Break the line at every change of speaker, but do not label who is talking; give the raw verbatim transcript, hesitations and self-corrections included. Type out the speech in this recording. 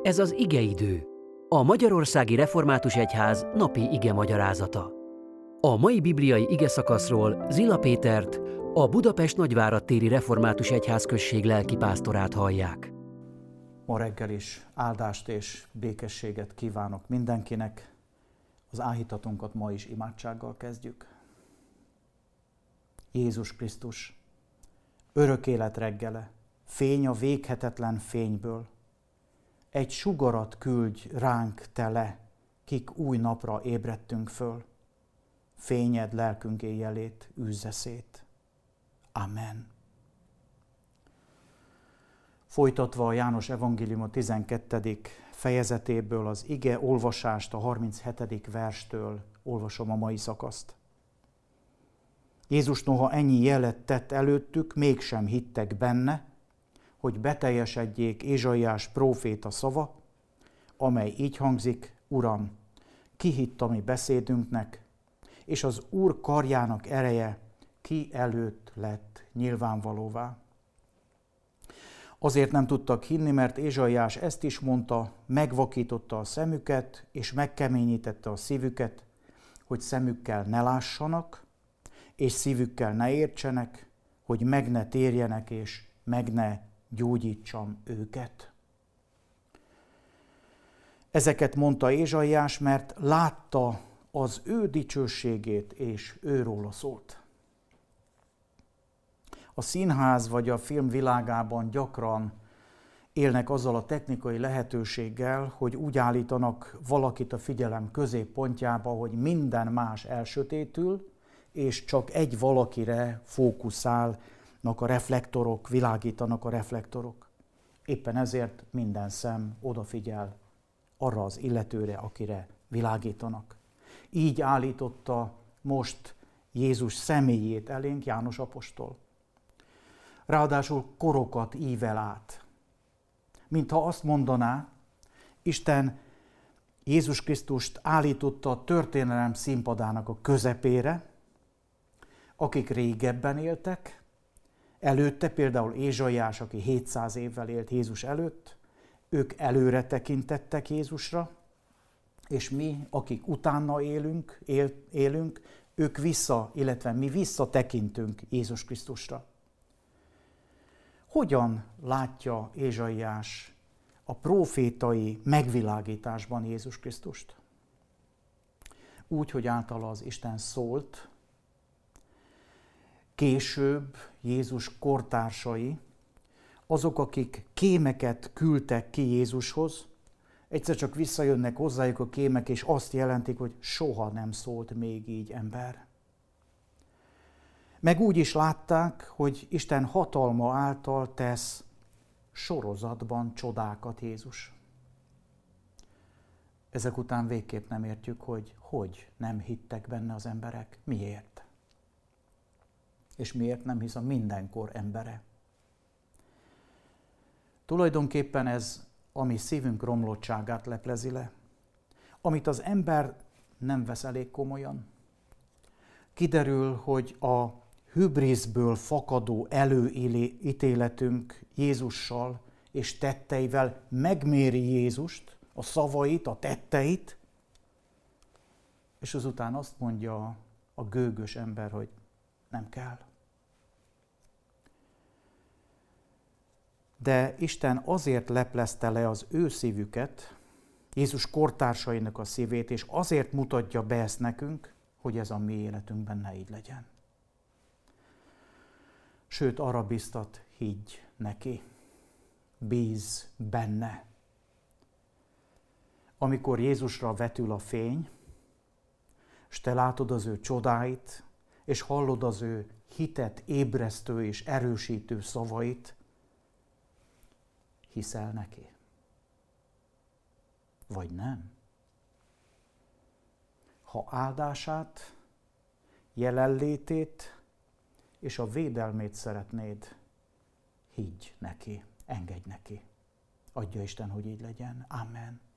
Ez az igeidő, a Magyarországi Református Egyház napi ige magyarázata. A mai bibliai igeszakaszról Zila Pétert, a Budapest Nagyvárad téri Református Egyházközség lelkipásztorát hallják.
Ma reggel is áldást és békességet kívánok mindenkinek. Az áhítatunkat ma is imádsággal kezdjük. Jézus Krisztus, örök élet reggele, fény a véghetetlen fényből. Egy sugarat küldj ránk tele, kik új napra ébredtünk föl. Fényed lelkünk éjjelét űzze szét. Amen. Folytatva a János evangélium tizenkettedik fejezetéből az ige olvasást, a harminchetedik verstől olvasom a mai szakaszt. Jézus noha ennyi jelet tett előttük, mégsem hittek benne, hogy beteljesedjék Ézsaiás próféta szava, amely így hangzik: Uram, ki hitt a mi beszédünknek, és az Úr karjának ereje ki előtt lett nyilvánvalóvá. Azért nem tudtak hinni, mert Ézsaiás ezt is mondta, megvakította a szemüket, és megkeményítette a szívüket, hogy szemükkel ne lássanak, és szívükkel ne értsenek, hogy meg ne térjenek, és meg ne gyógyítsam őket. Ezeket mondta Ézsaiás, mert látta az ő dicsőségét, és őróla szólt. A színház vagy a film világában gyakran élnek azzal a technikai lehetőséggel, hogy úgy állítanak valakit a figyelem középpontjába, hogy minden más elsötétül, és csak egy valakire fókuszálnak a reflektorok, világítanak a reflektorok. Éppen ezért minden szem odafigyel arra az illetőre, akire világítanak. Így állította most Jézus személyét elénk János apostol. Ráadásul korokat ível át. Mintha azt mondaná, Isten Jézus Krisztust állította a történelem színpadának a közepére, akik régebben éltek, előtte például Ézsaiás, aki hétszáz évvel élt Jézus előtt, ők előre tekintettek Jézusra, és mi, akik utána élünk, él, élünk, ők vissza, illetve mi visszatekintünk Jézus Krisztusra. Hogyan látja Ézsaiás a prófétai megvilágításban Jézus Krisztust? Úgy, hogy általa az Isten szólt, később Jézus kortársai, azok, akik kémeket küldtek ki Jézushoz, egyszer csak visszajönnek hozzájuk a kémek, és azt jelentik, hogy soha nem szólt még így ember. Meg úgy is látták, hogy Isten hatalma által tesz sorozatban csodákat Jézus. Ezek után végképp nem értjük, hogy hogy nem hittek benne az emberek. Miért? És miért nem hisz a mindenkor embere? Tulajdonképpen ez a mi szívünk romlottságát leplezi le, amit az ember nem vesz elég komolyan. Kiderül, hogy a hübriszből fakadó előítéletünk Jézussal és tetteivel megméri Jézust, a szavait, a tetteit, és azután azt mondja a gőgös ember, hogy nem kell. De Isten azért leplezte le az ő szívüket, Jézus kortársainak a szívét, és azért mutatja be ezt nekünk, hogy ez a mi életünkben ne így legyen. Sőt, arra biztat, higgy neki, bízz benne. Amikor Jézusra vetül a fény, és te látod az ő csodáit, és hallod az ő hitet ébresztő és erősítő szavait, hiszel neki? Vagy nem? Ha áldását, jelenlétét és a védelmét szeretnéd, higgy neki, engedj neki. Adja Isten, hogy így legyen. Amen.